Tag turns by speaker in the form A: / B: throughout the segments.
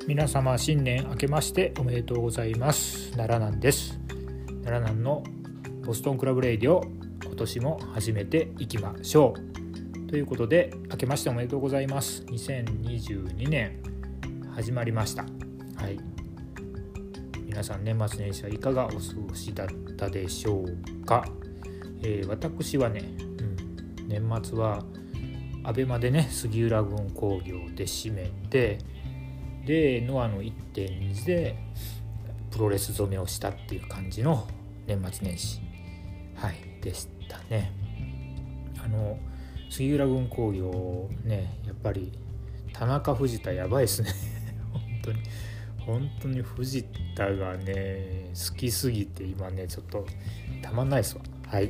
A: 皆様新年明けましておめでとうございます。奈良南です。奈良南のボストンクラブレイディオ、今年も始めていきましょうということで、明けましておめでとうございます。2022年始まりました。はい、皆さん年末年始はいかがお過ごしだったでしょうか。私はね、年末はアベマでね、杉浦軍工業で締めて、でノアの 1.2 でプロレス染めをしたっていう感じの年末年始、でしたね。杉浦軍工業ね、やっぱり田中藤田やばいですね本当に藤田がね好きすぎて今ねちょっとたまんないですわ。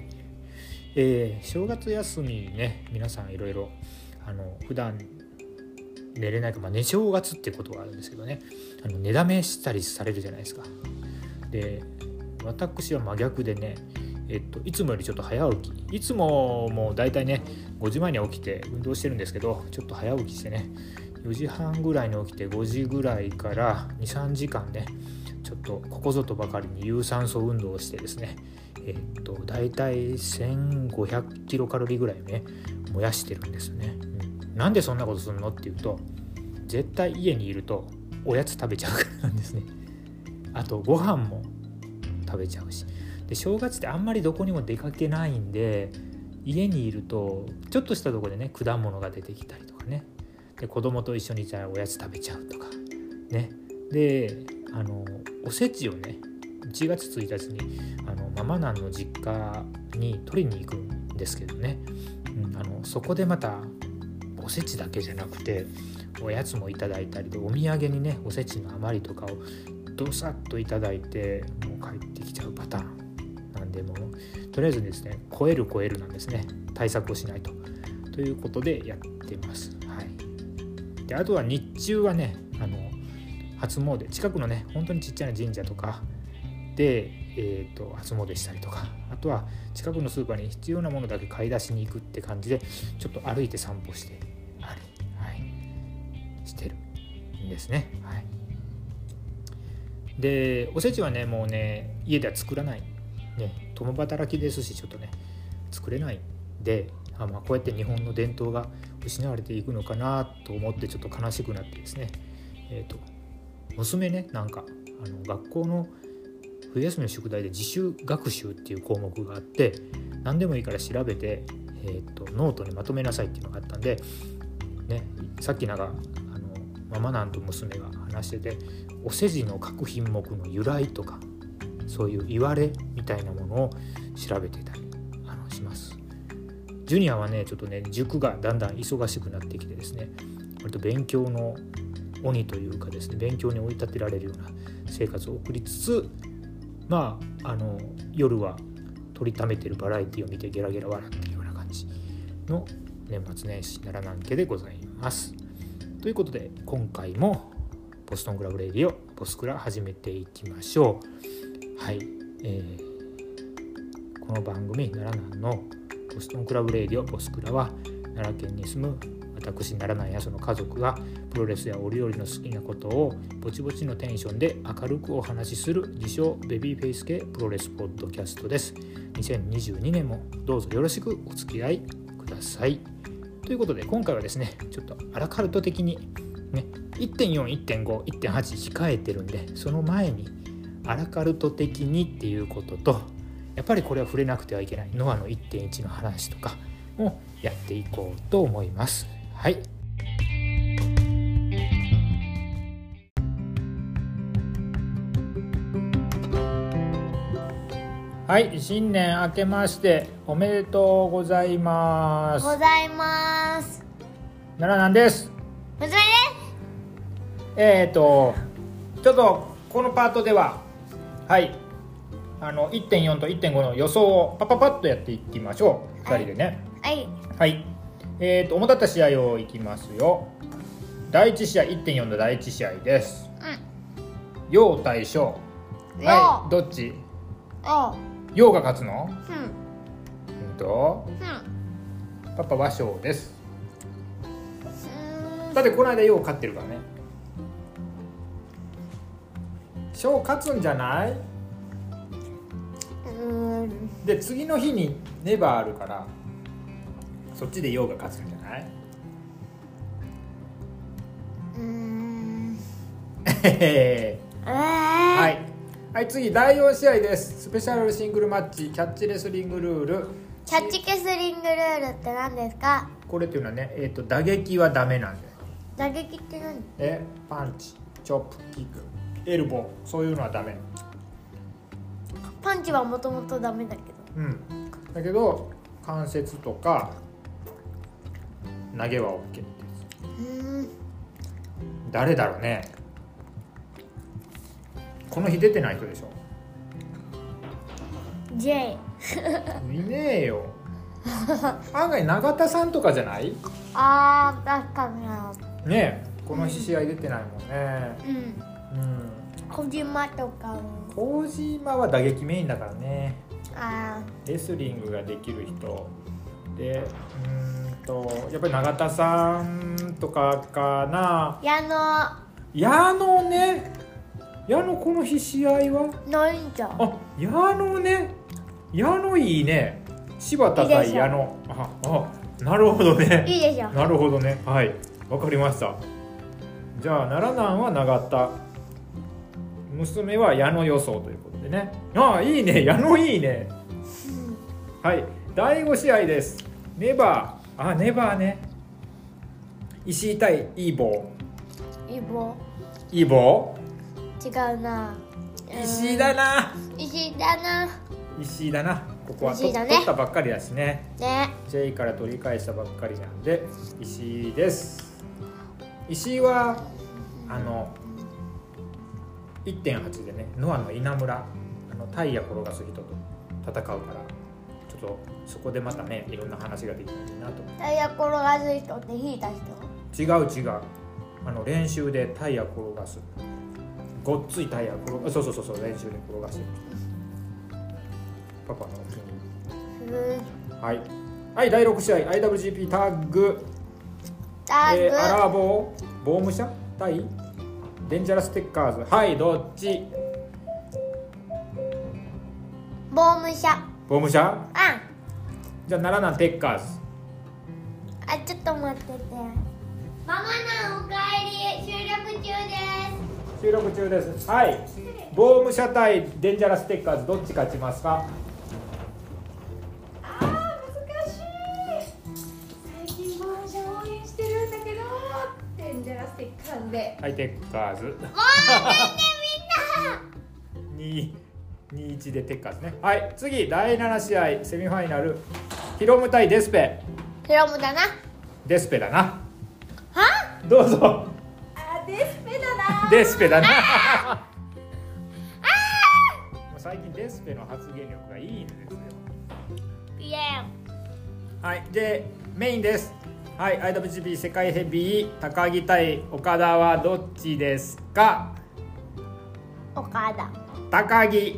A: 正月休みね、皆さんいろいろ普段寝れないか、寝正月っていうことがあるんですけどね、寝だめしたりされるじゃないですか。で、私は真逆でね、いつもよりちょっと早起き、いつももうだいたいね5時前に起きて運動してるんですけど、ちょっと早起きしてね4時半ぐらいに起きて5時ぐらいから 2,3 時間ねちょっとここぞとばかりに有酸素運動をしてですね、だいたい1500キロカロリーぐらいね燃やしてるんですよね。なんでそんなことするのっていうと、絶対家にいるとおやつ食べちゃうからなんですね。あとご飯も食べちゃうし、で正月ってあんまりどこにも出かけないんで、家にいるとちょっとしたところでね果物が出てきたりとかね、で子供と一緒にじゃあおやつ食べちゃうとかね。でおせちをね1月1日にママナンの実家に取りに行くんですけどね、そこでまたおせちだけじゃなくておやつもいただいたりで、お土産にねおせちの余りとかをどさっといただいてもう帰ってきちゃうパターンなんで、もうとりあえずですね超えるなんですね、対策をしないということでやってます。であとは日中はね初詣、近くのね本当にちっちゃな神社とかで、初詣したりとか、あとは近くのスーパーに必要なものだけ買い出しに行くって感じでちょっと歩いて散歩してしてるんですね。でおせちはねもうね家では作らないね、共働きですしちょっとね作れないんで、こうやって日本の伝統が失われていくのかなと思ってちょっと悲しくなってですね、娘ね、なんか学校の冬休みの宿題で自主学習っていう項目があって、何でもいいから調べて、ノートにまとめなさいっていうのがあったんで、さっきなんかママなんと娘が話してて、お世辞の各品目の由来とかそういう言われみたいなものを調べてたりします。ジュニアはねちょっとね塾がだんだん忙しくなってきてですね、割と勉強の鬼というかですね、勉強に追い立てられるような生活を送りつつ、夜は取りためてるバラエティを見てゲラゲラ笑ってるような感じの年末年始奈良南家でございます。ということで今回もボストンクラブレイディオボスクラ始めていきましょう。この番組奈良南のボストンクラブレイディオボスクラは、奈良県に住む私奈良南やその家族がプロレスや折々の好きなことをぼちぼちのテンションで明るくお話しする自称ベビーフェイス系プロレスポッドキャストです。2022年もどうぞよろしくお付き合いください。ということで今回はですねちょっとアラカルト的にね 1.4、1.5、1.8 控えてるんで、その前にアラカルト的にっていうことと、やっぱりこれは触れなくてはいけないノアの 1.1 の話とかもやっていこうと思います。新年明けましておめでとうございます。奈良南です。
B: 娘
A: です。ちょっとこのパートでは1.4 と 1.5 の予想をパッとやっていきましょう。2人でね。主だった試合をいきますよ。第1試合 1.4 の第1試合です。陽対翔。どっち？陽が勝つの？パパは翔です。だってこの間陽勝ってるからね。 翔勝つんじゃない？で次の日にネバーあるからそっちで陽が勝つんじゃない？はい、はい、次第4試合です。スペシャルシングルマッチキャッチレスリングルール。
B: キャッチレスリングルールって何ですか？
A: これっていうのはね、打撃はダメなんで。
B: 打撃って何？
A: パンチ、チョップ、キック、エルボー、そういうのはダメ。
B: パンチはもともとダメだけど。
A: だけど関節とか投げは OK です。誰だろうね。この日出てない人でしょ。
B: J
A: いねえよ。案外永田さんとかじゃない？
B: あー、確かに
A: ねえ、この日試合出てないもんね。
B: 小島とかも。
A: 小島は打撃メインだからね。
B: あ
A: レスリングができる人で、やっぱり永田さんとかかな。
B: 矢
A: 野ね。矢野この日試合は
B: ないんじゃん。
A: 矢野ね。矢野いいね。柴田対矢野。なるほどね。
B: いいでしょ。
A: なるほどね。はい、わかりました。じゃあ奈良南は永田、娘は矢野予想ということでね。いいね。矢野いいね。はい、第5試合です。ネバーね。石井対イーボー。イーボ
B: ー違うな。
A: 石井だな。ここは取ったばっかりだしね。J から取り返したばっかりなんで石井です。石井は1.8 でね、ノアの稲村タイヤ転がす人と戦うから、ちょっとそこでまたねいろんな話ができるといいなと。
B: タイヤ転がす人って引いた人？
A: 違う練習でタイヤ転がす、ごっついタイヤ転がす。そう練習で転がしてる。パパのお気に入り。はい、第6試合 IWGP タッグ、アラーボーム社対デンジャラステッカーズ。はい、どっち？
B: ボーム社。
A: じゃあ奈良南テッカーズ。
B: ちょっと待ってて。ママナおかえり、収録中です。
A: はい、ボーム社対デンジャラステッカーズ、どっち勝ちますか？
C: 難しい。最近ボーム社応援してるんだけど、デンジャラステッカーズで。
A: はい、テッカーズ。
B: もう
A: みんな2-1でテッカーズね。はい、次第7試合セミファイナル、ヒロム対デスペ。
B: ヒロムだな。
A: デスペだな。どうぞ。
C: デスペだな。
A: デスペだな。もう最近デスペの発言力がいいんですよ。はい、でメインです。はい、IWGP 世界ヘビー高木対岡田はどっちですか？
B: 岡田。
A: 高木。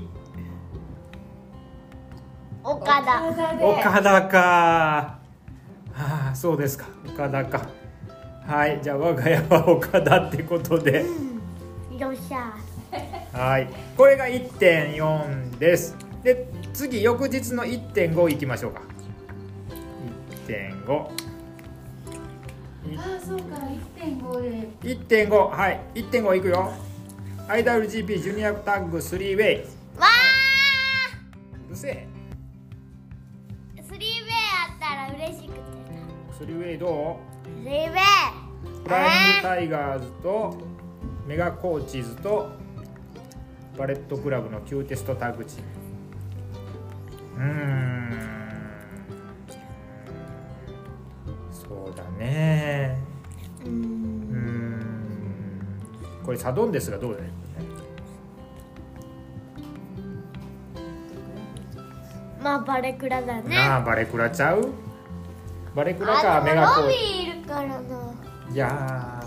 B: 岡田
A: か。そうですか。岡田か。はい、じゃあ我が家は岡田ってことで、
B: よっしゃ。
A: はい、これが 1.4 です。で次翌日の 1.5 いきましょうか。 1.5。
C: そうか、1.5 で
A: 1.5。はい、1.5 いくよ。 IWGP ジュニアタッグ3ウェイ。
B: わ
A: うるせえ。
B: ー、3ウェイあったら嬉しくて。
A: 3ウェイどう？
B: 3ウェイ
A: フライングタイガーズとメガコーチーズとバレットクラブのキューテストタッグチーム。そうだね。これサドンデスがどうだね。
B: バレクラだね。
A: バレクラちゃう？バレクラかメガコーチ。
B: ロビーいるからな。
A: いや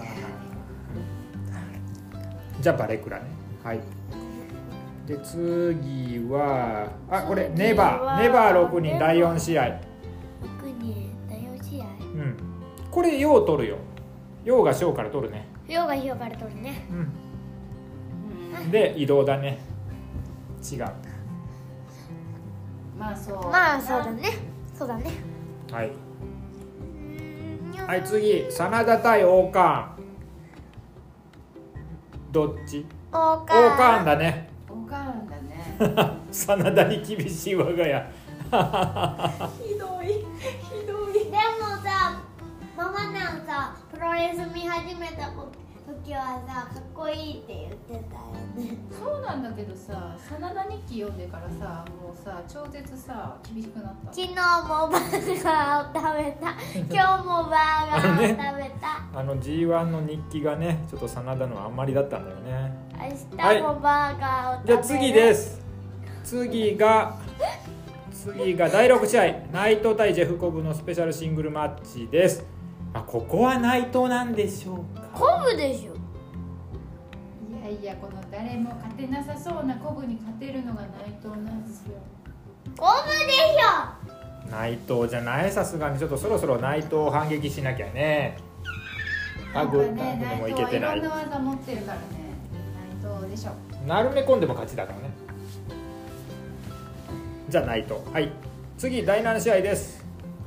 A: じゃあバレクラね。はい。で次はこれネバー6人第4試合。
B: 6人第4試合。
A: これ陽取るよ。陽が小から取るね。
B: 陽が陽から取るね。
A: で移動だね。違う。
C: まあそう
B: まあそうだね。そうだね。
A: はいはい次真田対王冠。どっち？王
B: 王冠
A: 冠だね。
C: おかんだね。
A: 真田に厳しい我が家。
C: ひどいひどい。
B: でもさ、ママなんさ、プロレス見始めた時はさ、かっこいいって言ってたよね。
C: そうなんだけどさ、真田日記読んでからさ、もうさ超絶さ厳しくなった。
B: 昨日もバーガーを食べた。今日もバーガーを食べた。
A: G1 の日記がねちょっと真田のあんまりだったんだよね。
B: 明日もバーガーを食べる。
A: じゃあ次です。次が第6試合内藤対ジェフコブのスペシャルシングルマッチです。ここは内藤なんでしょうか。
B: コブでしょ。
C: いやいや、この誰も勝てなさそうなコブに勝てるのが内藤なんですよ。
B: コブでしょ。
A: 内藤じゃない、さすがにちょっとそろそろ内藤反撃しなきゃね。タグでもいけてない。
C: 内藤はいろんな技持ってるからね。内藤でしょ。
A: なるめ込んでも勝ちだからね。じゃあ内藤。はい次第7試合です。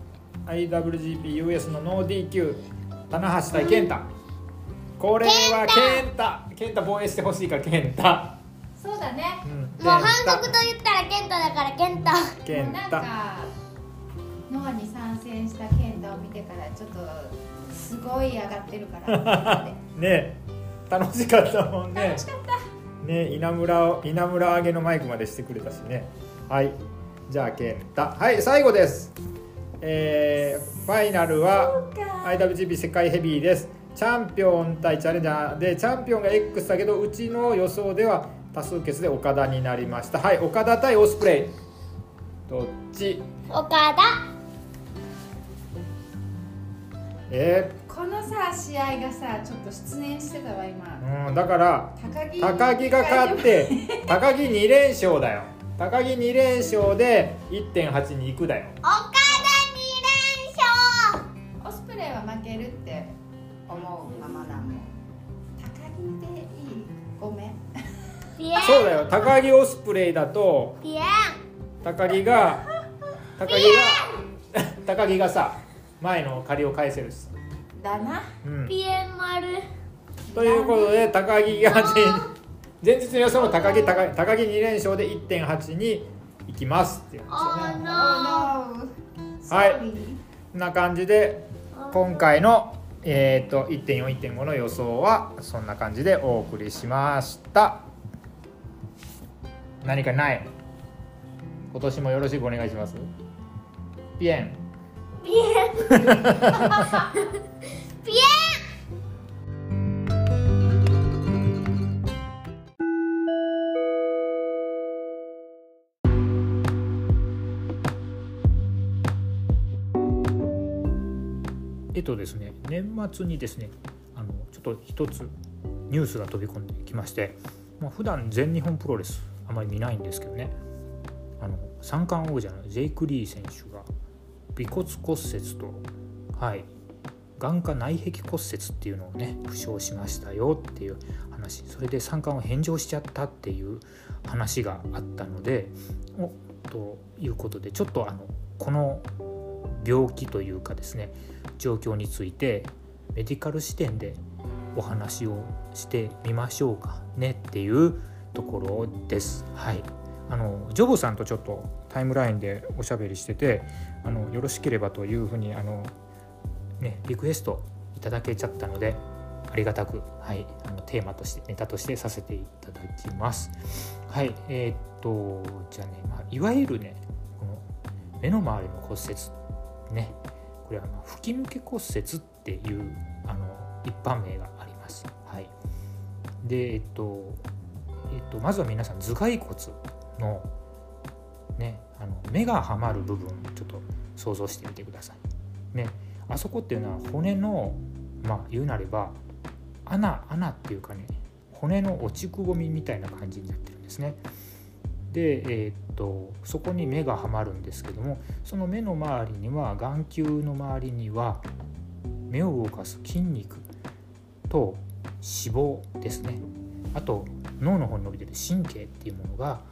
A: IWGP US のノー DQ 棚橋対健太。これは健太防衛してほしいから健太。
C: そうだね。
B: もう反則と言ったらケンタだからケンタ。
C: なんかノアに参戦した健太を見てからちょっとすごい上がってるから
A: ね楽しかったもんね。
C: 楽しかった
A: ね、稲村上げのマイクまでしてくれたしね。はいじゃあ健太。はい最後です。ファイナルは IWGP 世界ヘビーです。チャンピオン対チャレンジャーでチャンピオンが X だけどうちの予想では多数決で岡田になりました。はい岡田対オスプレイどっち？
B: 岡田。
C: このさ試合がさちょっと失念してたわ今。
A: だから高木が勝って高木2連勝だよ。高木2連勝で 1.8 に行くだよ。
B: 岡田2連勝。
C: オスプレイは負けるって思うままなんも高木でいいごめん。
A: そうだよ高木オスプレイだと
B: ピエン
A: 高木がさ前の借りを返せるし
C: だな、
B: ピエン丸
A: ということで高木が前日の予想も高木2連勝で 1.8 に行きますっていうんですよね。はいこんな感じで今回の、1.4、1.5 の予想はそんな感じでお送りしました。何かない？今年もよろしくお願いします。ピエン
B: ピエンピエン。
A: ですね、年末にですねちょっと一つニュースが飛び込んできまして、普段全日本プロレスあまり見ないんですけどね、三冠王者のジェイク・リー選手が尾骨骨折と、眼下内壁骨折っていうのをね負傷しましたよっていう話、それで三冠を返上しちゃったっていう話があったのでということで、ちょっとこの病気というかですね状況についてメディカル視点でお話をしてみましょうかねっていうところです。ジョボさんとちょっとタイムラインでおしゃべりしててよろしければというふうにリクエストいただけちゃったのでありがたく、テーマとしてネタとしてさせていただきます。じゃあね、いわゆるねこの目の周りの骨折ね、これは吹き抜け骨折っていう一般名があります。でまずは皆さん頭蓋骨のね目がはまる部分ちょっと想像してみてくださいね。あそこっていうのは骨の言うなれば穴っていうかね、骨の落ちくぼみみたいな感じになってるんですね。で、そこに目がはまるんですけども、その目の周りには眼球の周りには目を動かす筋肉と脂肪ですね、あと脳の方に伸びている神経っていうものが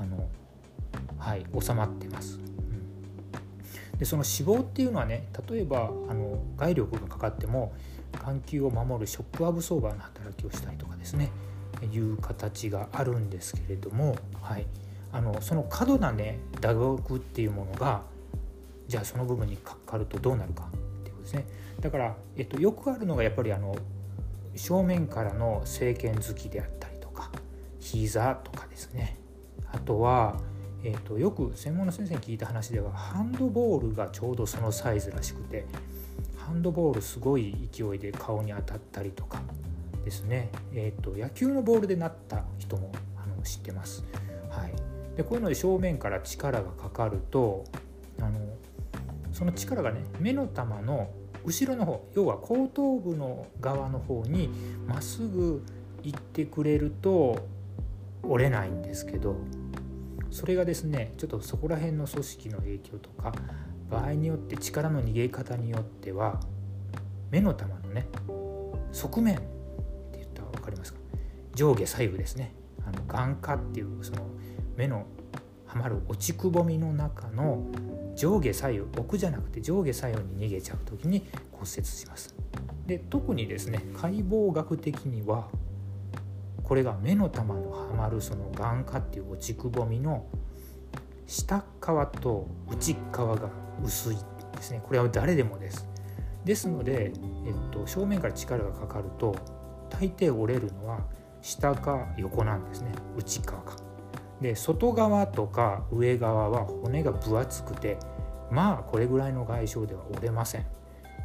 A: 収まってます。でその脂肪っていうのはね、例えば外力がかかっても眼球を守るショックアブソーバーの働きをしたりとかですね、いう形があるんですけれども、その過度なね打撲っていうものがじゃあその部分にかかるとどうなるかっていうことですね。だから、よくあるのがやっぱり正面からの正拳突きであったりとか膝とかですね、あとは、よく専門の先生に聞いた話ではハンドボールがちょうどそのサイズらしくて、ハンドボールすごい勢いで顔に当たったりとかですね、野球のボールでなった人も知ってます。でこういうので正面から力がかかるとその力がね目の玉の後ろの方、要は後頭部の側の方にまっすぐ行ってくれると折れないんですけど、それがですねちょっとそこら辺の組織の影響とか場合によって力の逃げ方によっては目の玉のね側面って言ったら分かりますか、上下左右ですね、眼下っていうその目のはまる落ちくぼみの中の上下左右、奥じゃなくて上下左右に逃げちゃうときに骨折します。で特にですね解剖学的にはこれが目の玉のはまるその眼下っていう落ちくぼみの下側と内側が薄いですね。これは誰でもです。ですので、正面から力がかかると大抵折れるのは下か横なんですね、内側か。で外側とか上側は骨が分厚くてこれぐらいの外傷では折れません。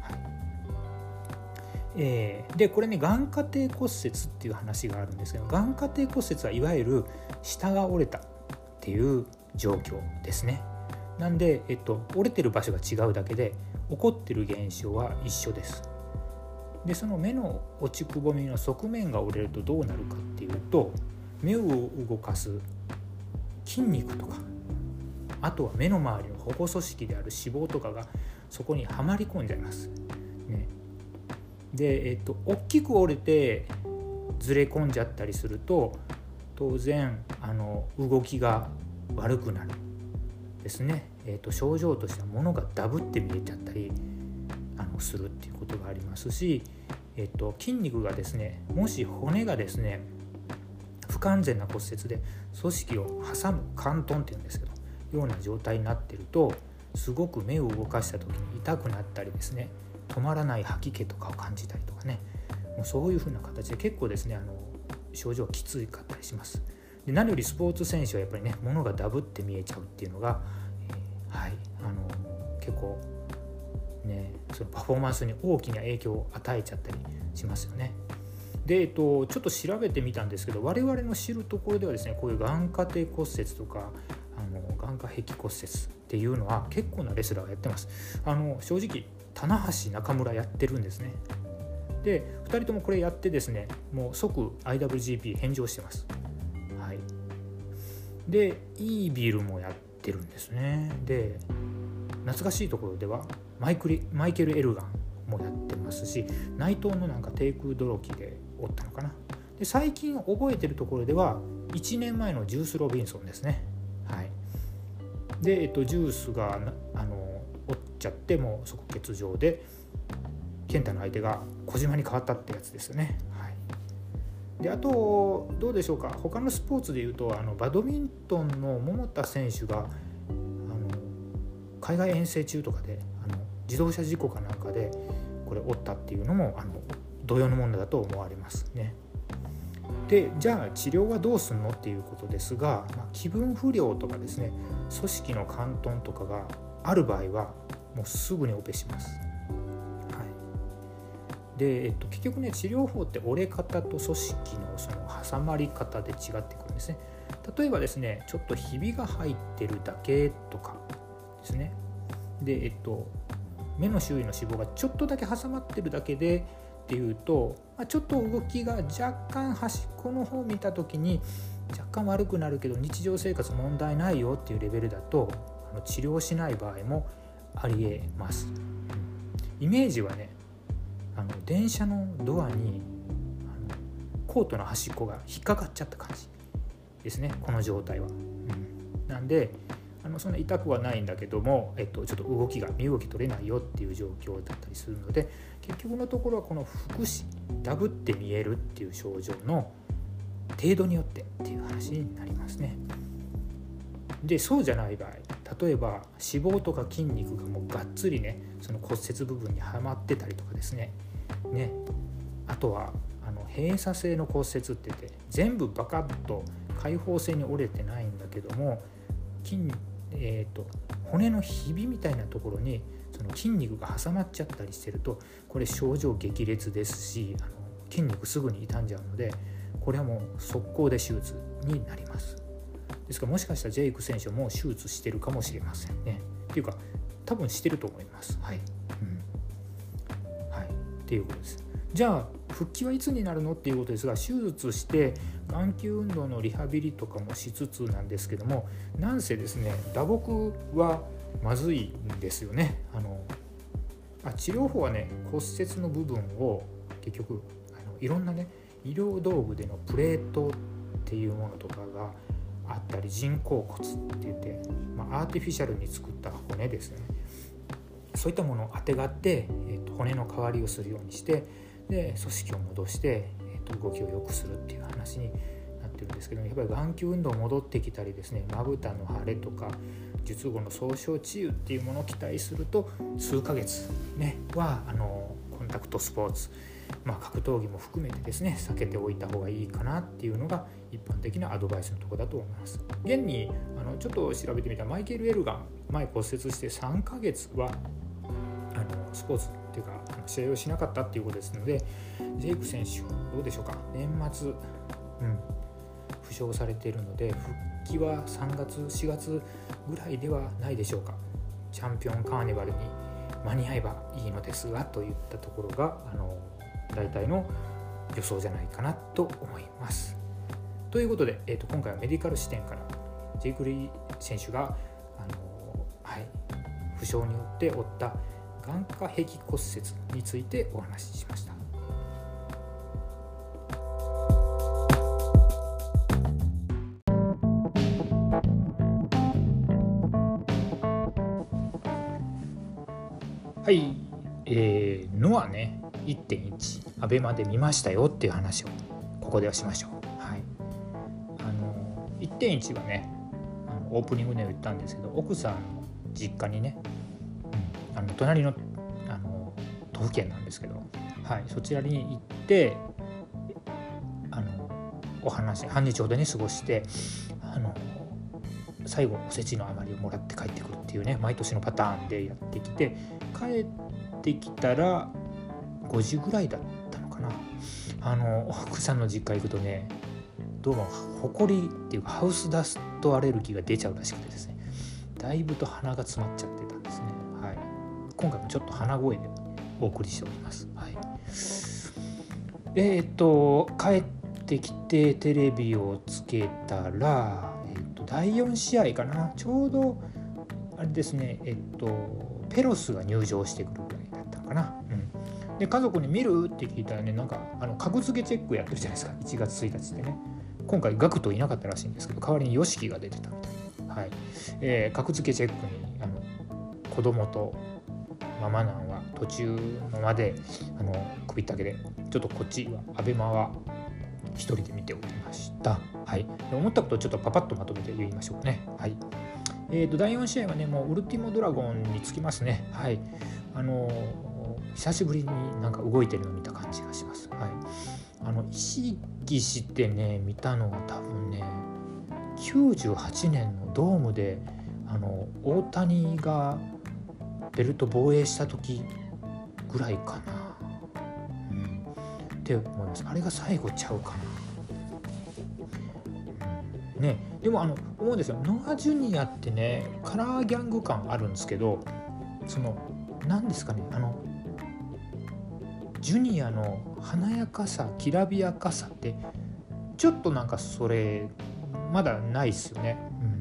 A: でこれね眼下底骨折っていう話があるんですけど、眼下底骨折はいわゆる下が折れたっていう状況ですね。なんで、折れてる場所が違うだけで起こってる現象は一緒です。でその目の落ちくぼみの側面が折れるとどうなるかっていうと、目を動かす筋肉とか、あとは目の周りの保護組織である脂肪とかがそこにはまり込んじゃいます、ね。で、大きく折れてずれ込んじゃったりすると当然動きが悪くなるですね。症状としては物がダブって見えちゃったりするっていうことがありますし、筋肉がですね、もし骨がですね不完全な骨折で組織を挟む嵌頓っていうんですけどような状態になっていると、すごく目を動かした時に痛くなったりですね、止まらない吐き気とかを感じたりとかね、もうそういう風な形で結構ですね症状がきつかったりします。で何よりスポーツ選手はやっぱりね物がダブって見えちゃうっていうのが、結構ねそのパフォーマンスに大きな影響を与えちゃったりしますよね。で、ちょっと調べてみたんですけど、我々の知るところではですね、こういう眼下底骨折とか眼下壁骨折っていうのは結構なレスラーがやってます。正直棚橋中村やってるんですね。で2人ともこれやってですね、もう即 IWGP 返上してます。でイービルもやってるんですね。で懐かしいところではマイケル・エルガンもやってますし、内藤のなんか低空泥機でおったのかな。で最近覚えてるところでは1年前のジュース・ロビンソンですね。で、ジュースが折っちゃってもう即欠場で健太の相手が小島に変わったってやつですよね。であとどうでしょうか、他のスポーツでいうとバドミントンの桃田選手が海外遠征中とかで自動車事故かなんかでこれ折ったっていうのも同様のものだと思われますね。でじゃあ治療はどうするのっていうことですが、気分不良とかですね、組織の嵌頓とかがある場合はもうすぐにオペします。で結局ね、治療法って折れ方と組織のその挟まり方で違ってくるんですね。例えばですね、ちょっとひびが入ってるだけとかですね。で目の周囲の脂肪がちょっとだけ挟まってるだけでっていうと、ちょっと動きが若干端っこの方を見た時に若干悪くなるけど日常生活問題ないよっていうレベルだと治療しない場合もありえます。イメージはね、電車のドアにコートの端っこが引っかかっちゃった感じですね、この状態は。なんでそんな痛くはないんだけども、ちょっと身動き取れないよっていう状況だったりするので、結局のところはこの複視、ダブって見えるっていう症状の程度によってっていう話になりますね。でそうじゃない場合、例えば脂肪とか筋肉がもうがっつりねその骨折部分にはまってたりとかですね、あとは閉鎖性の骨折って言って全部バカッと開放性に折れてないんだけども骨のひびみたいなところにその筋肉が挟まっちゃったりしてると、これ症状激烈ですし、筋肉すぐに傷んじゃうので、これはもう速攻で手術になります。ですからもしかしたらジェイク選手も手術してるかもしれませんね。っていうか多分してると思います。はい、っていうことです。じゃあ復帰はいつになるのっていうことですが、手術して眼球運動のリハビリとかもしつつなんですけども、なんせですね打撲はまずいんですよね。治療法はね、骨折の部分を結局いろんなね医療道具でのプレートっていうものとかがあったり、人工骨って言って、アーティフィシャルに作った骨ですね、そういったものをあてがって、骨の代わりをするようにして、で組織を戻して、動きを良くするっていう話になってるんですけど、やっぱり眼球運動戻ってきたりですね、まぶたの腫れとか術後の総症治癒っていうものを期待すると、数ヶ月、はコンタクトスポーツ、格闘技も含めてですね避けておいた方がいいかなっていうのが一般的なアドバイスのところだと思います。現にちょっと調べてみたマイケル・エルガン、前骨折して3ヶ月はスポーツっていうか試合をしなかったっていうことですので、ジェイク選手どうでしょうか、年末、負傷されているので復帰は3月4月ぐらいではないでしょうか。チャンピオンカーニバルに間に合えばいいのですがといったところが大体の予想じゃないかなと思います。ということで、今回はメディカル視点からジェイク・リー選手が負傷によって負った眼下壁骨折についてお話ししました。はい、ノアね 1.1 アベマで見ましたよっていう話をここではしましょう。1.1 はねオープニングで言ったんですけど、奥さんの実家にね、隣の都府県なんですけど、そちらに行って半日ほどね過ごして、最後おせちの余りをもらって帰ってくるっていうね、毎年のパターンでやってきて、帰ってきたら5時ぐらいだったのかな。奥さんの実家行くとね、どうもホコリっていうかハウスダストアレルギーが出ちゃうらしくてですね、だいぶと鼻が詰まっちゃってたんですね。今回もちょっと鼻声でお送りしております。帰ってきてテレビをつけたら、第4試合かな、ちょうどあれですね、ペロスが入場してくるぐらいだったのかな。で家族に見るって聞いたらね、なんか格付けチェックやってるじゃないですか、1月1日でね。今回ガクトいなかったらしいんですけど、代わりにヨシキが出てたみたい。格付けチェックに子供とママナンは途中のまで首ったけで、ちょっとこっちはアベマは一人で見ておりました。で思ったことをちょっとパパッとまとめて言いましょうね。第4試合はね、もうウルティモドラゴンにつきますね。久しぶりになんか動いてるのを見た感じがします。意識してね見たのは多分ね98年のドームで大谷がベルト防衛した時ぐらいかな、って思います。あれが最後ちゃうかな。でも思うんですよ、ノア・ジュニアってねカラーギャング感あるんですけど、何ですかね、ジュニアの華やかさ、きらびやかさってちょっとなんかそれまだないっすよね。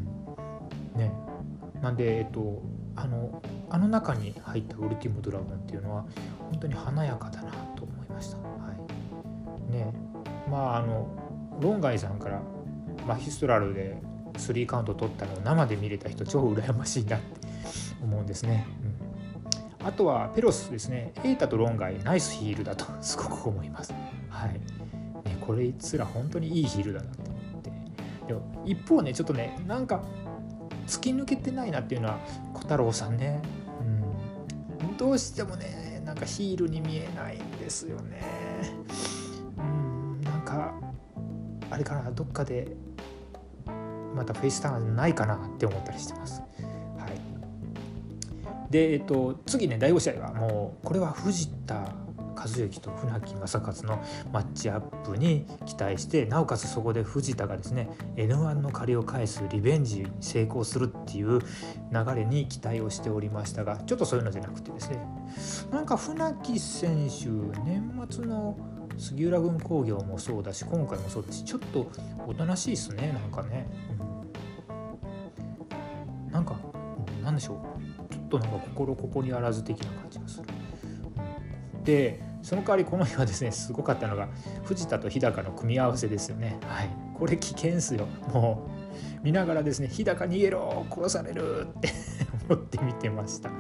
A: なんであの中に入ったウルティモドラゴンっていうのは本当に華やかだなと思いました。 ロンガイさんからマヒストラルで3カウント取ったのを生で見れた人超羨ましいなって思うんですね、あとはペロスですね。エータとロンガイナイスヒールだとすごく思います。はいね、これいつら本当にいいヒールだなって思って、でも一方ねちょっとねなんか突き抜けてないなっていうのは小太郎さんね、どうしてもねなんかヒールに見えないんですよね。なんかあれかな、どっかでまたフェイスターンないかなって思ったりしてます。はい、で、次ね第5試合はもうこれは藤田和幸と船木正和のマッチアップに期待して、なおかつそこで藤田がですね N1 の借りを返すリベンジに成功するっていう流れに期待をしておりましたが、ちょっとそういうのじゃなくてですね、なんか船木選手年末の杉浦軍工業もそうだし今回もそうだし、ちょっとおとなしいですね。なんかね、なんかなんでしょう、ちょっとなんか心ここにあらず的な感じがする。でその代わりこの日はですねすごかったのが藤田と日高の組み合わせですよね。はい、これ危険っすよ。もう見ながらですね、日高逃げろ殺されるって思って見てました。はい、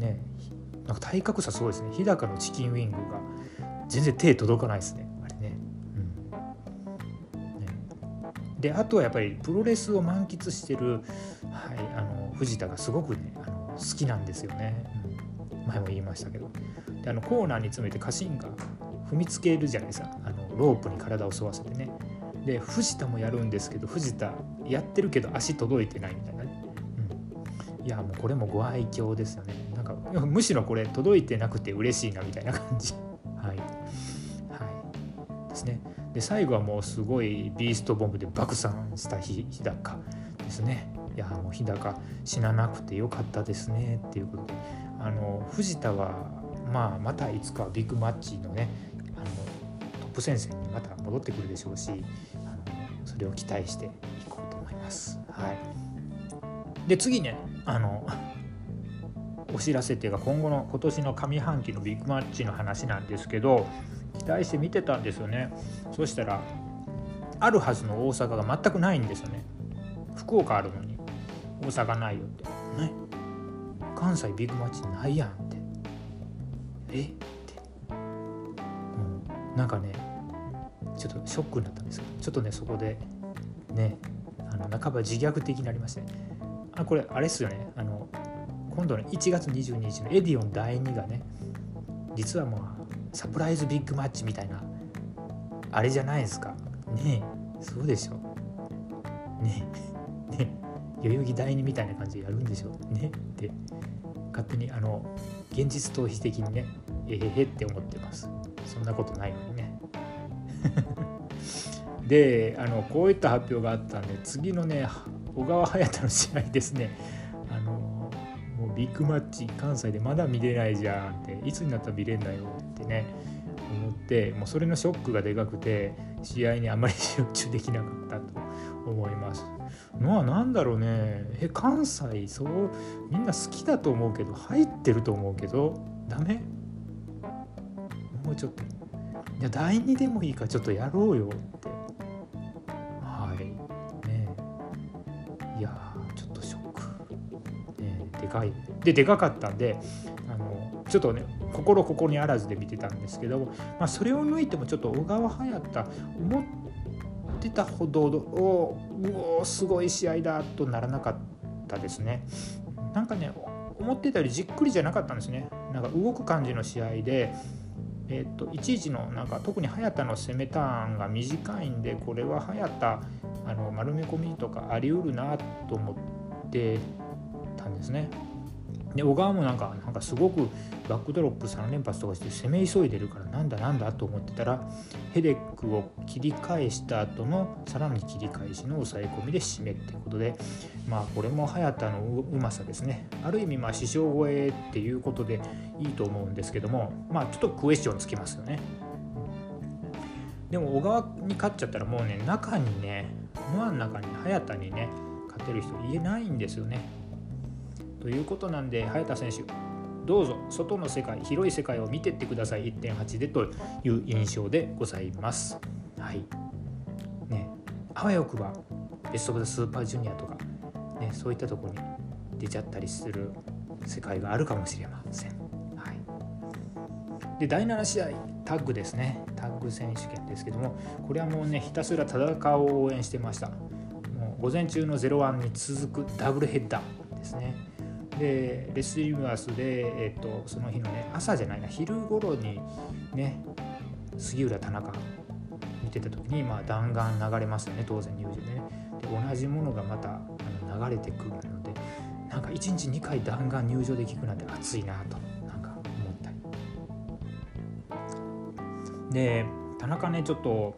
A: ね、なんか体格差すごいですね。日高のチキンウィングが全然手届かないですね、あれね。であとはやっぱりプロレスを満喫してる、藤田がすごくね好きなんですよね。前も言いましたけど、でコーナーに詰めて家臣が踏みつけるじゃないですか、ロープに体を沿わせてね。で藤田もやるんですけど、藤田やってるけど足届いてないみたいなね、いやもうこれもご愛嬌ですよね。なんかむしろこれ届いてなくて嬉しいなみたいな感じですね。で最後はもうすごいビーストボムで爆散した日高ですね。いやもう日高死ななくてよかったですねっていうことで、藤田はまたいつかビッグマッチのねトップ戦線にまた戻ってくるでしょうし、それを期待していこうと思います。はい、で次ねお知らせっていうか今年の上半期のビッグマッチの話なんですけど、期待して見てたんですよね。そしたらあるはずの大阪が全くないんですよね。福岡あるのに大阪ないよってね。関西ビッグマッチないやんってってなんかねちょっとショックになったんですけど、ちょっとねそこでね半ば自虐的になりまして、これあれっすよね、今度の1月22日のエディオン第2がね実はサプライズビッグマッチみたいなあれじゃないですかね。そうでしょね代々木第2みたいな感じでやるんでしょねって勝手に現実逃避的にねって思ってます。そんなことないのにねでこういった発表があったんで、次のね小川隼の試合ですね、もうビッグマッチ関西でまだ見れないじゃんって、いつになったら見れんだよってね思って、もうそれのショックがでかくて試合にあまり集中できなかったと思います。なんだろうね、関西そうみんな好きだと思うけど入ってると思うけどダメ？もうちょっといや第2でもいいからちょっとやろうよっていやちょっとショック、でかいででかかったんでちょっとね心ここにあらずで見てたんですけど、それを抜いてもちょっと小川隼思ってたほどすごい試合だとならなかったですね。なんかね思ってたよりじっくりじゃなかったんですね。なんか動く感じの試合でいちいちのなんか特に早田の攻めターンが短いんで、これは早田丸め込みとかあり得るなと思ってたんですね。で小川もなんかすごくバックドロップ3連発とかして攻め急いでるからなんだと思ってたら、ヘデックを切り返した後のさらに切り返しの抑え込みで締めっていうことで、これも早田のうまさですね。ある意味師匠超えっていうことでいいと思うんですけども、ちょっとクエスチョンつきますよね。でも小川に勝っちゃったらもうね中にねノアの中に早田にね勝てる人いないんですよね。ということなんで早田選手どうぞ外の世界、広い世界を見てってください 1.8 でという印象でございます。はいね、あわよくばベストオブザスーパージュニアとか、ね、そういったところに出ちゃったりする世界があるかもしれません。はい、で第7試合タッグですね。タッグ選手権ですけども、これはもうねひたすら田中を応援してました。もう午前中の01に続くダブルヘッダーですね。でレスリーバースで、その日のね朝じゃないな昼頃にね杉浦田中見てた時に、弾丸流れますよね、当然入場でね。で同じものがまた流れてくるので、なんか1日2回弾丸入場で聞くなんて熱いなとなんか思ったりで、田中ねちょっと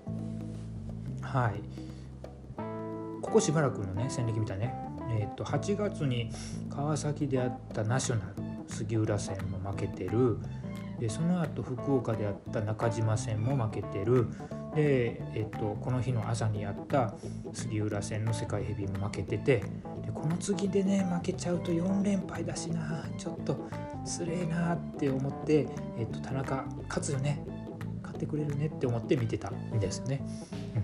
A: ここしばらくのね戦歴見たね、8月に川崎であったナショナル杉浦戦も負けてる。でその後福岡であった中島戦も負けてる。で、この日の朝にあった杉浦戦の世界ヘビーも負けてて、でこの次でね負けちゃうと4連敗だしな、ちょっとつれえなって思って、田中勝つよね、勝ってくれるねって思って見てたんですよね。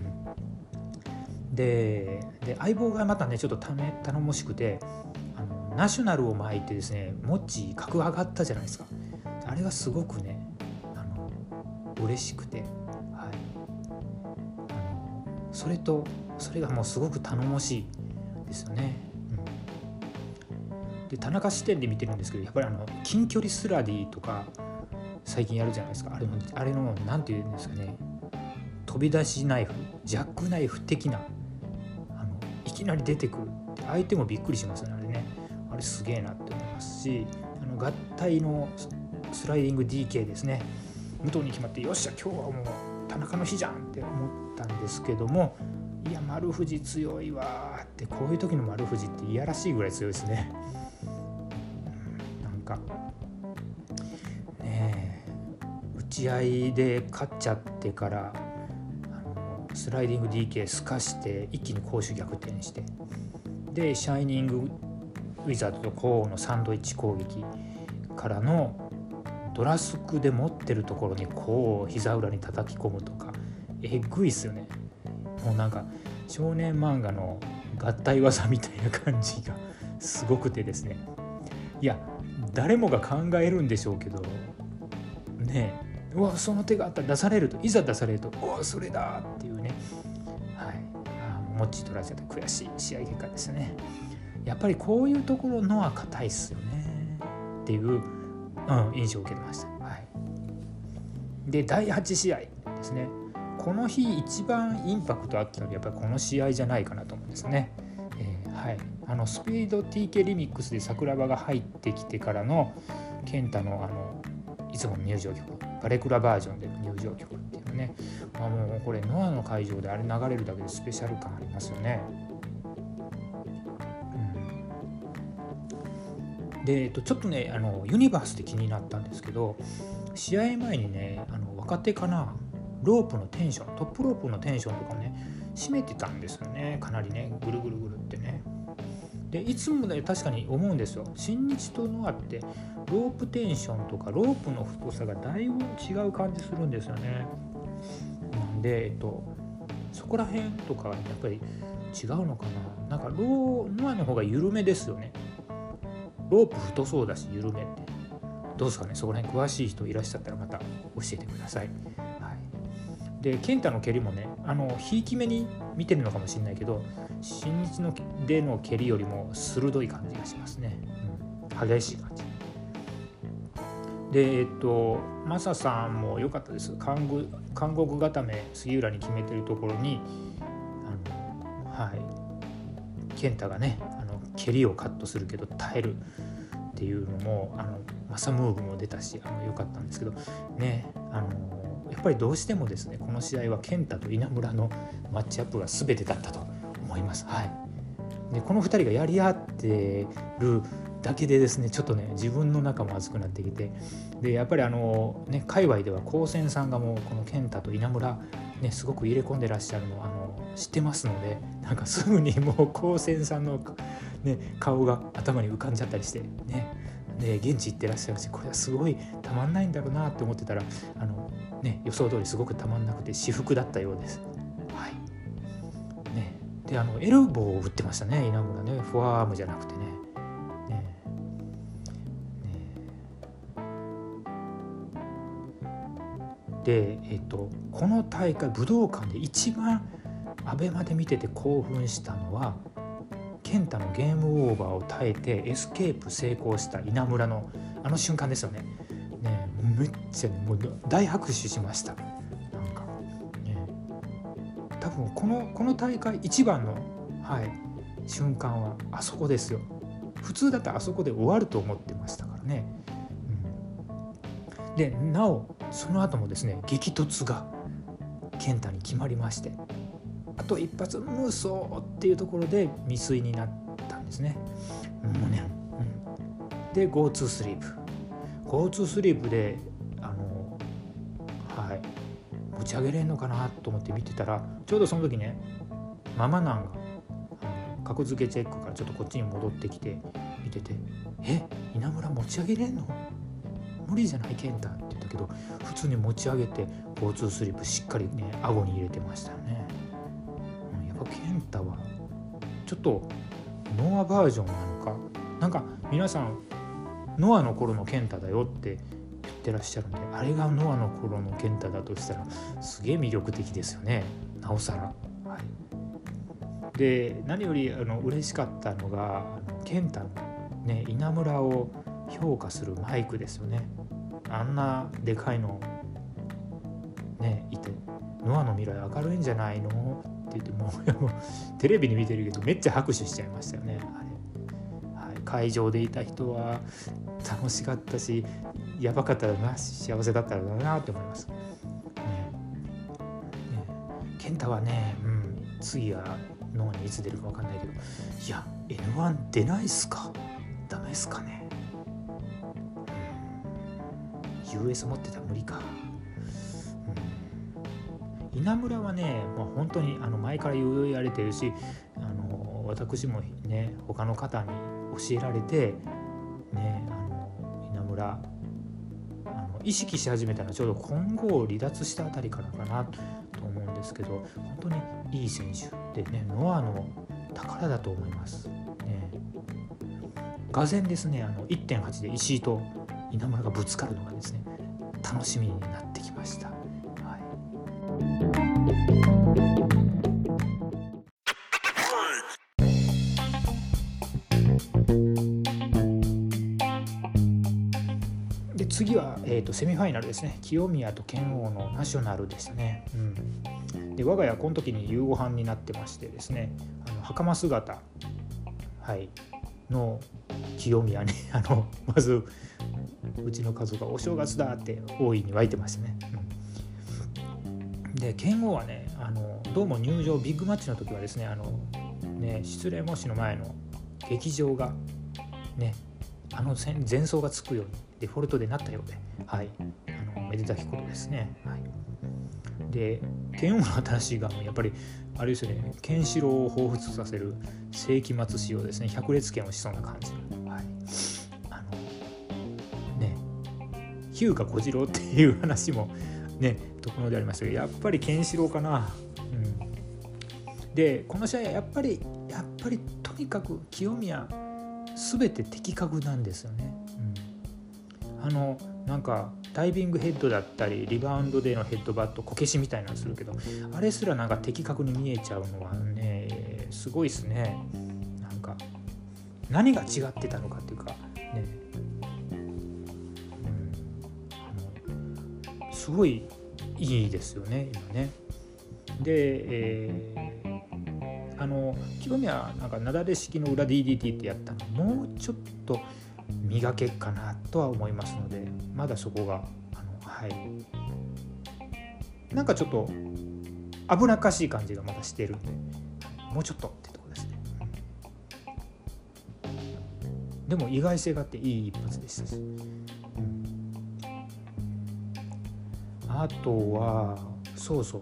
A: で相棒がまたねちょっと頼もしくて、ナショナルを巻いてですね、モッチ格上がったじゃないですか。あれがすごくね嬉しくて、それがもうすごく頼もしいですよね。で田中視点で見てるんですけど、やっぱり近距離スラディとか最近やるじゃないですか。あれのなんていうんですかね、飛び出しナイフ、ジャックナイフ的ないきなり出てくるって相手もびっくりしますよね。あれね、あれすげえなって思いますし、合体のスライディング DK ですね、武藤に決まって、よっしゃ今日はもう田中の日じゃんって思ったんですけども、いや丸藤強いわって、こういう時の丸藤っていやらしいぐらい強いですね。なんかね打ち合いで勝っちゃってからスライディング DK すかして一気に攻守逆転して、でシャイニングウィザードとコーのサンドイッチ攻撃からのドラスクで持ってるところにこう膝裏に叩き込むとか、えぐいっすよね。もうなんか少年漫画の合体技みたいな感じがすごくてですね、いや誰もが考えるんでしょうけどね、うわその手があったら出されると、いざ出されるとおそれだっていうね、モッチー取られちゃった悔しい試合結果ですね。やっぱりこういうところのは硬いっすよねっていう印象を受けました。で第8試合ですね。この日一番インパクトあったのはやっぱりこの試合じゃないかなと思うんですね。スピード TK リミックスで桜庭が入ってきてからの健太のいつもの入場曲、バレクラバージョンでの入場曲っていうのね、もうこれノアの会場であれ流れるだけでスペシャル感ありますよね。でちょっとねユニバースで気になったんですけど、試合前にね若手かな、ロープのテンション、トップロープのテンションとかね締めてたんですよね、かなりねぐるぐるぐるってね。でいつもね確かに思うんですよ、新日とノアってロープテンションとかロープの太さがだいぶ違う感じするんですよね。なんでそこら辺とかやっぱり違うのかな。なんかノアの方が緩めですよね。ロープ太そうだし緩めってどうですかね。そこら辺詳しい人いらっしゃったらまた教えてください。で健太の蹴りもねひいき目に見てるのかもしれないけど、新日のでの蹴りよりも鋭い感じがしますね。激しい感じでマサさんも良かったです。監獄固め杉浦に決めてるところに健太がね蹴りをカットするけど耐えるっていうのもマサムーブも出たし良かったんですけどね。やっぱりどうしてもですねこの試合は健太と稲村のマッチアップが全てだったと思います。でこの2人がやり合ってるだけでですねちょっとね自分の中も熱くなってきて、でやっぱり界隈では高専さんがもうこの健太と稲村ねすごく入れ込んでらっしゃるのを知ってますので、なんかすぐにもう高専さんの、ね、顔が頭に浮かんじゃったりしてね、 で現地行ってらっしゃるし、これはすごいたまんないんだろうなって思ってたら予想通りすごくたまんなくて至福だったようです。はいね、でエルボーを打ってましたね、稲村ね。フォアアームじゃなくてね。でこの大会武道館で一番アベマで見てて興奮したのは、健太のゲームオーバーを耐えてエスケープ成功した稲村の瞬間ですよね。めっちゃもう大拍手しました。なんか多分この大会一番の、瞬間はあそこですよ。普通だったらあそこで終わると思ってましたからね。でなおその後もですね、激突が健太に決まりまして、あと一発無双っていうところで未遂になったんですね。で Go to sleep で持ち上げれんのかなと思って見てたら、ちょうどその時ね、ママナンが格付けチェックからちょっとこっちに戻ってきて見てて、稲村持ち上げれんの？無理じゃない健太って言ったけど、普通に持ち上げて Go to sleep しっかりね顎に入れてましたよね。やっぱ健太はちょっとノアバージョンなのか、なんか皆さんノアの頃の健太だよって言ってらっしゃるんで、あれがノアの頃の健太だとしたらすげえ魅力的ですよね、なおさら。で何より嬉しかったのが健太のね、稲村を評価するマイクですよね。あんなでかいのねいて、ノアの未来明るいんじゃないのって言って、もうテレビに見てるけどめっちゃ拍手しちゃいましたよね、あれ。会場でいた人は楽しかったし、やばかったらな、幸せだったらだなって思います。健太はね、次はノアにいつ出るか分かんないけど、いや N1 出ないっすか？ダメっすかね。US 持ってたら無理か。稲村はね、本当に前から言われてるし、私もね他の方に教えられてね、稲村意識し始めたのはちょうど今後離脱したあたりからかなと思うんですけど、本当にいい選手でね、ノアの宝だと思いますね。がぜんですね、1.8 で石井と稲村がぶつかるのがですね、楽しみになってきました。で次は、セミファイナルですね。清宮と拳王のナショナルでしたね。で我が家この時に夕ご飯になってましてですね、袴姿、の清宮にまずうちの家族がお正月だって大いに湧いてましたね。で拳王はね、どうも入場ビッグマッチの時はですね、失礼模試の前の劇場がね、前奏がつくようにデフォルトでなったようで、めでたきことですね。で拳王の新しいガンはやっぱりあれですよね、ケンシロウを彷彿させる世紀末仕様ですね。百列拳をしそうな感じ。日向小次郎っていう話もねところでありましたけど、やっぱりケンシロウかな。でこの試合はやっぱりとにかく清宮全て的確なんですよね。なんかダイビングヘッドだったりリバウンドでのヘッドバットこけしみたいなのするけど、あれすらなんか的確に見えちゃうのはねすごいですね。なんか何が違ってたのかっていうかね、すごいいいですよね今ね。で、清宮なんかなだれ式の裏 DDT ってやったのもうちょっと磨けっかなとは思いますので、まだそこがなんかちょっと危なっかしい感じがまだしてるんで、もうちょっとってとこですね。でも意外性があっていい一発でしたし、あとはそうね、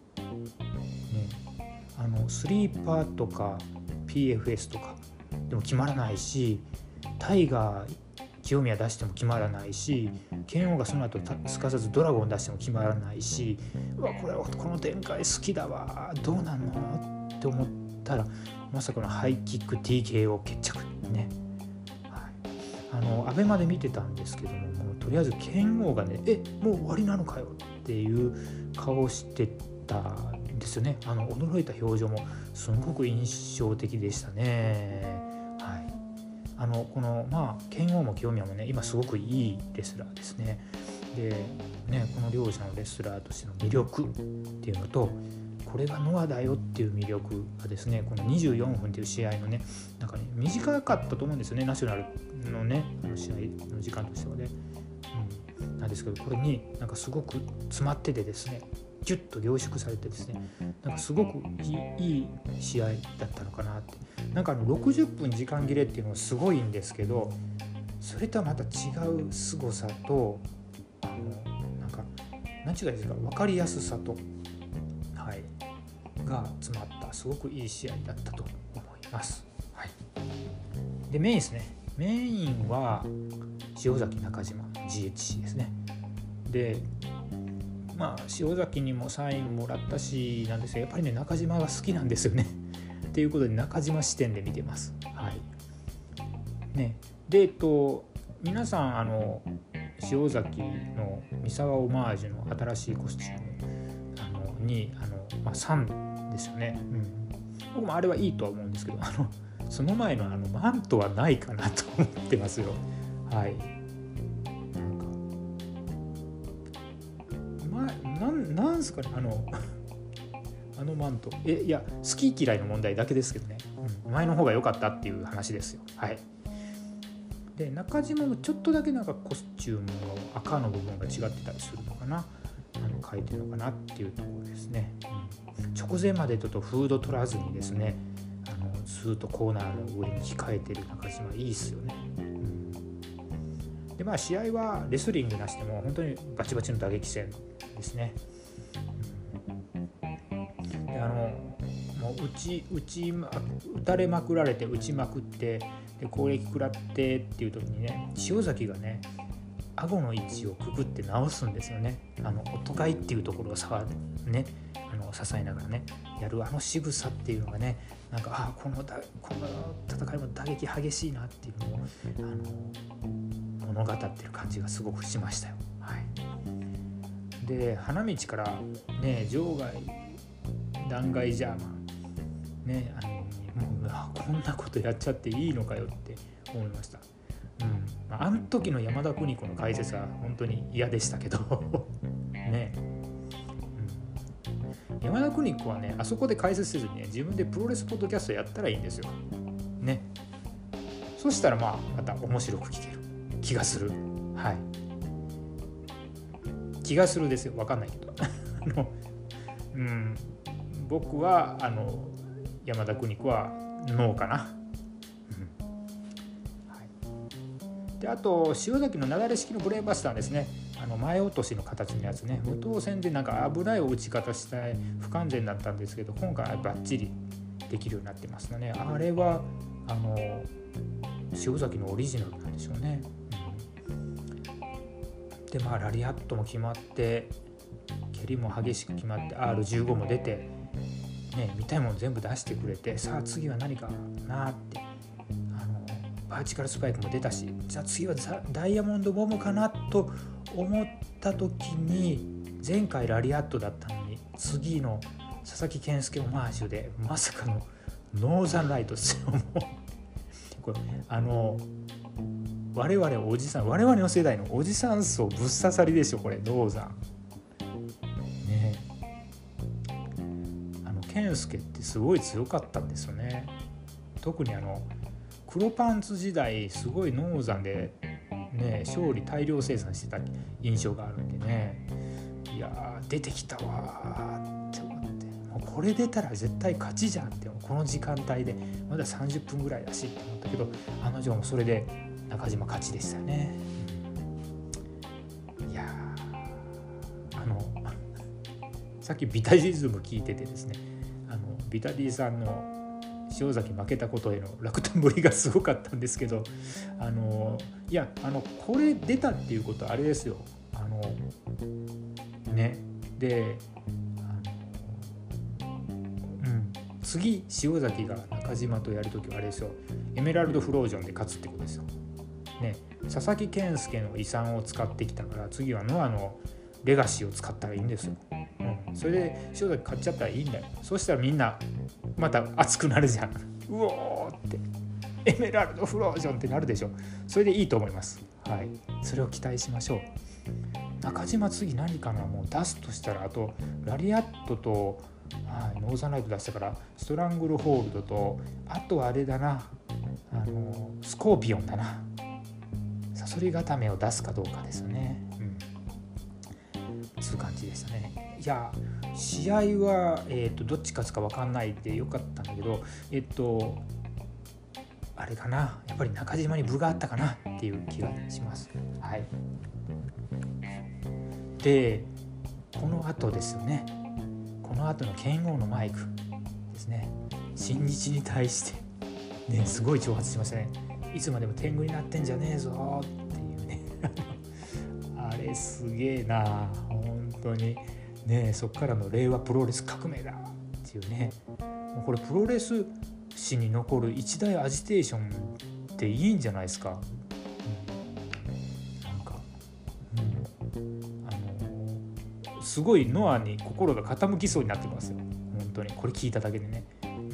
A: スリーパーとか PFS とかでも決まらないし、タイガー清宮出しても決まらないし、剣王がその後すかさずドラゴン出しても決まらないし、うわこの展開好きだわ、どうなんのって思ったら、まさかのハイキック TKO 決着ね。アベマで見てたんですけども、もうとりあえず剣王がね、もう終わりなのかよっていう顔をしてたんですよね。驚いた表情もすごく印象的でしたね。はい、この剣王も清宮もね、今すごくいいレスラーですね。でね、この両者のレスラーとしての魅力っていうのと、これがノアだよっていう魅力がですね、この24分っていう試合のね、なんかね、短かったと思うんですよね、ナショナルのね、試合の時間としてはね、なんですけど、これになんかすごく詰まっててですね、ギュッと凝縮されてですね、なんかすごくいい試合だったのかなって。なんか60分時間切れっていうのはすごいんですけど、それとはまた違う凄さと、なんか何て言うかですか、分かりやすさと、が詰まったすごくいい試合だったと思います。はい、でメインですね。メインは塩崎中島 GHC ですね。で塩崎にもサインもらったしなんですが、やっぱりね中島が好きなんですよねっていうことで中島視点で見てます。はいね、で皆さん塩崎の三沢オマージュの新しいコスチュームに3ですよね。僕もあれはいいとは思うんですけど、その前のマントはないかなと思ってますよ。はい。なんすかね、マント。いや好き嫌いの問題だけですけどね。前の方が良かったっていう話ですよ。はい。で中島もちょっとだけなんかコスチュームの赤の部分が違ってたりするのかな。書いてるのかなっていうところですね。直前までフード取らずにですね、ずっとコーナーの上に控えてる中島いいっすよね。で試合はレスリングなしでも本当にバチバチの打撃戦ですね。でもう打たれまくられて打ちまくってで攻撃食らってっていう時にね、塩崎がね顎の位置をくぐって直すんですよね。お互いっていうところをね支えながらねやる仕草っていうのがね、なんかこの戦いも打撃激しいなっていうのを物語ってる感じがすごくしましたよ。はい、で花道からね場外弾劾ジャーマンねもうこんなことやっちゃっていいのかよって思いました。あの時の山田邦子の解説は本当に嫌でしたけどね、山田邦子はねあそこで解説せずにね自分でプロレスポッドキャストやったらいいんですよね。そしたらまた面白く聞ける気がする。はい、気がするですよ、分かんないけど僕は山田邦子はノーかな。であと塩崎のなだれ式のブレーバスターですね。前落としの形のやつね、無刀戦でなんか危ない打ち方した不完全だったんですけど、今回はバッチリできるようになってますね。あれは塩崎のオリジナルなんでしょうね。でラリアットも決まって蹴りも激しく決まって R15 も出て、見たいもの全部出してくれて、さあ次は何かなってバーチカルスパイクも出たし、じゃあ次はダイヤモンドボムかなと思った時に、前回ラリアットだったのに次の佐々木健介オマージュでまさかのノーザンライトですよ。もうこれ我々の世代のおじさん層ぶっ刺さりでしょこれ。ノーザンね、健介ってすごい強かったんですよね。特に黒パンツ時代すごいノーザンでね勝利大量生産してた印象があるんでね、いや出てきたわって思って、もうこれ出たら絶対勝ちじゃんって、この時間帯でまだ30分ぐらいだしって思ったけど、女もそれで中島勝ちでしたね。いやさっきビタリズム聞いててですね、ビタディさんの塩崎負けたことへの落胆ぶりがすごかったんですけど、いやこれ出たっていうことはあれですよ。で次塩崎が中島とやるときはあれですよ、エメラルドフロージョンで勝つってことですよ、佐々木健介の遺産を使ってきたから、次はノアのレガシーを使ったらいいんですよ、それで塩崎勝っちゃったらいいんだよ。そしたらみんなまた熱くなるじゃん、うおーってエメラルドフロージョンってなるでしょ。それでいいと思います。それを期待しましょう。中島次何かな、もう出すとしたら、あとラリアットとノーザンライト出したから、ストラングルホールドと、あとあれだな、スコーピオンだな、サソリ固めを出すかどうかですよね。そういう感じでしたね。いや試合は、どっち勝つか分かんないでよかったんだけど、あれかな、やっぱり中島に分があったかなっていう気がします。でこの後ですよね、この後の剣王のマイクですね、新日に対してすごい挑発しましたね。いつまでも天狗になってんじゃねえぞっていうねあれすげえな本当にね。そっからの令和プロレス革命だっていうね、もうこれプロレス史に残る一大アジテーションっていいんじゃないですか。すごいノアに心が傾きそうになってますよ、本当にこれ聞いただけでね。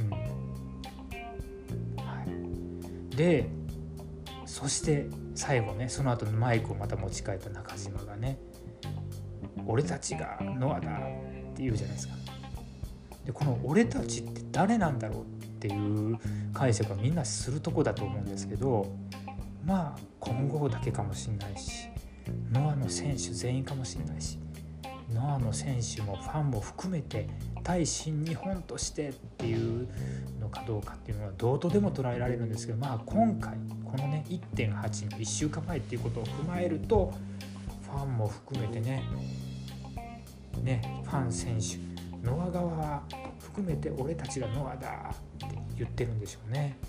A: でそして最後ね、その後のマイクをまた持ち帰った中島がね、俺たちがノアだって言うじゃないですか。でこの俺たちって誰なんだろうっていう解釈はみんなするとこだと思うんですけど、今後だけかもしれないし、ノアの選手全員かもしれないし、ノアの選手もファンも含めて対新日本としてっていうのかどうかっていうのはどうとでも捉えられるんですけど、今回このね 1.8 の1週間前っていうことを踏まえると、ファンも含めてねファン選手ノア側含めて俺たちがノアだって言ってるんでしょうね。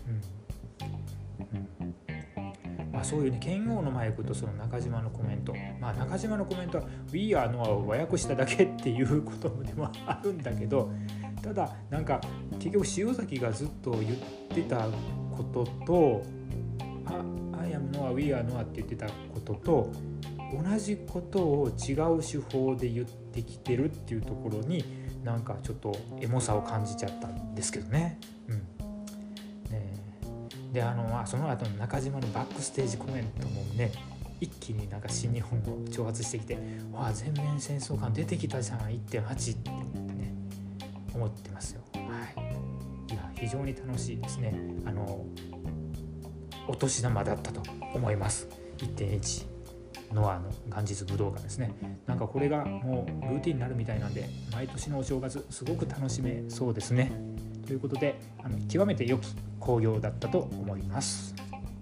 A: そういうね、剣王のマイクとその中島のコメント、中島のコメントは We are Noah を和訳しただけっていうことでもあるんだけど、ただなんか結局塩崎がずっと言ってたこととI am Noah, We are Noah って言ってたことと同じことを違う手法で言ってきてるっていうところになんかちょっとエモさを感じちゃったんですけどね。でその後の中島のバックステージコメントもね、一気になんか新日本を挑発してきて、全面戦争感出てきたじゃん 1.8 ってね思ってますよ。いや非常に楽しいですね。お年玉だったと思います。 1.1 ノアの元日武道館ですね。なんかこれがもうルーティンになるみたいなんで、毎年のお正月すごく楽しめそうですね。ということで極めて良き興行だったと思います。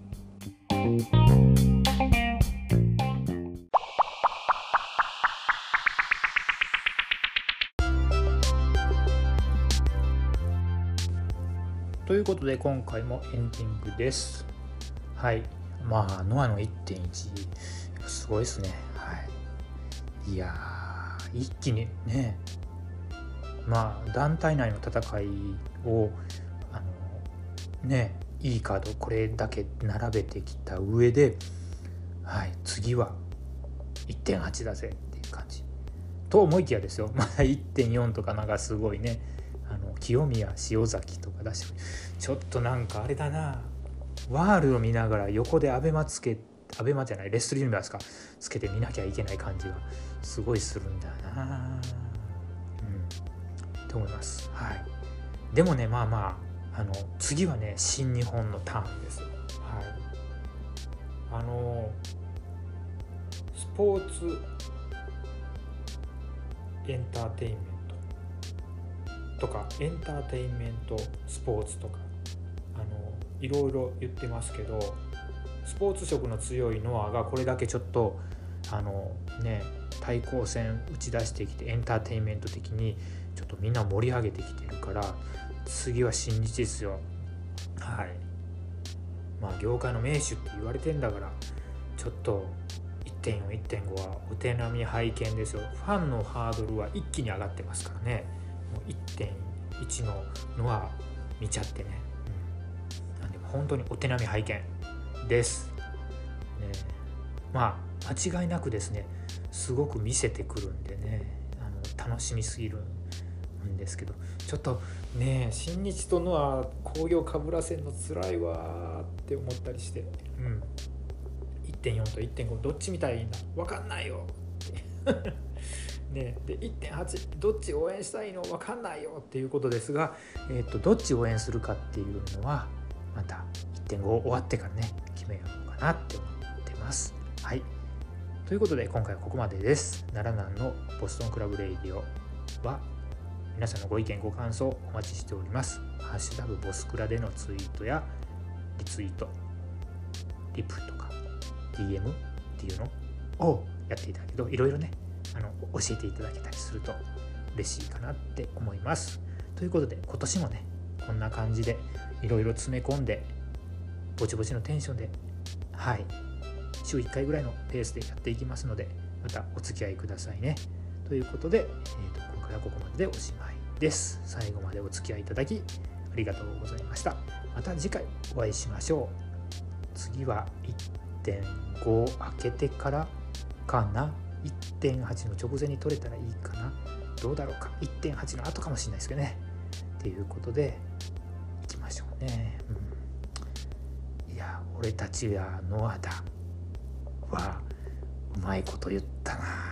A: ということで今回もエンディングです。ノアの 1.1 すごいですね。いや一気にね、団体内の戦いをいいカードこれだけ並べてきた上で、次は 1.8 だぜっていう感じと思いきやですよ、まだ 1.4 とかなんかすごいね、清宮塩崎とか出して、ちょっとなんかあれだな、ワールを見ながら横でアベマじゃないレストリームですかつけて見なきゃいけない感じがすごいするんだよなと思います。でもね次はね新日本のターンですよ。スポーツエンターテインメントとかエンターテインメントスポーツとかいろいろ言ってますけど、スポーツ色の強いノアがこれだけちょっと対抗戦打ち出してきてエンターテインメント的にちょっとみんな盛り上げてきてるから、次は新日ですよ。 はい。業界の名手って言われてんだから、ちょっと 1.4、1.5 はお手並み拝見ですよ。ファンのハードルは一気に上がってますからね。もう 1.1 のは見ちゃってね、なんで本当にお手並み拝見です、間違いなくですね、すごく見せてくるんでね、楽しみすぎるんですけど、ちょっとね、新日とノア興行かぶらせるのつらいわって思ったりして、1.4 と 1.5 どっち見たらいいんだ分かんないよってね、で 1.8 どっち応援したいの分かんないよっていうことですが、どっち応援するかっていうのはまた 1.5 終わってからね決めようかなって思ってます。はい、ということで今回はここまでです。奈良南のボストンクラブレイディオは皆さんのご意見ご感想お待ちしております。ハッシュタグボスクラでのツイートやリツイート、リプとか DM っていうのをやっていただけるといろいろね教えていただけたりすると嬉しいかなって思います。ということで今年もねこんな感じでいろいろ詰め込んでぼちぼちのテンションで週1回ぐらいのペースでやっていきますので、またお付き合いくださいね。ということで、今回はここまででおしまいです。最後までお付き合いいただきありがとうございました。また次回お会いしましょう。次は 1.5 開けてからかな、1.8 の直前に取れたらいいかな、どうだろうか、 1.8 の後かもしれないですけどね。っていうことでいきましょうね。いや俺たちはノアだはうまいこと言ったな。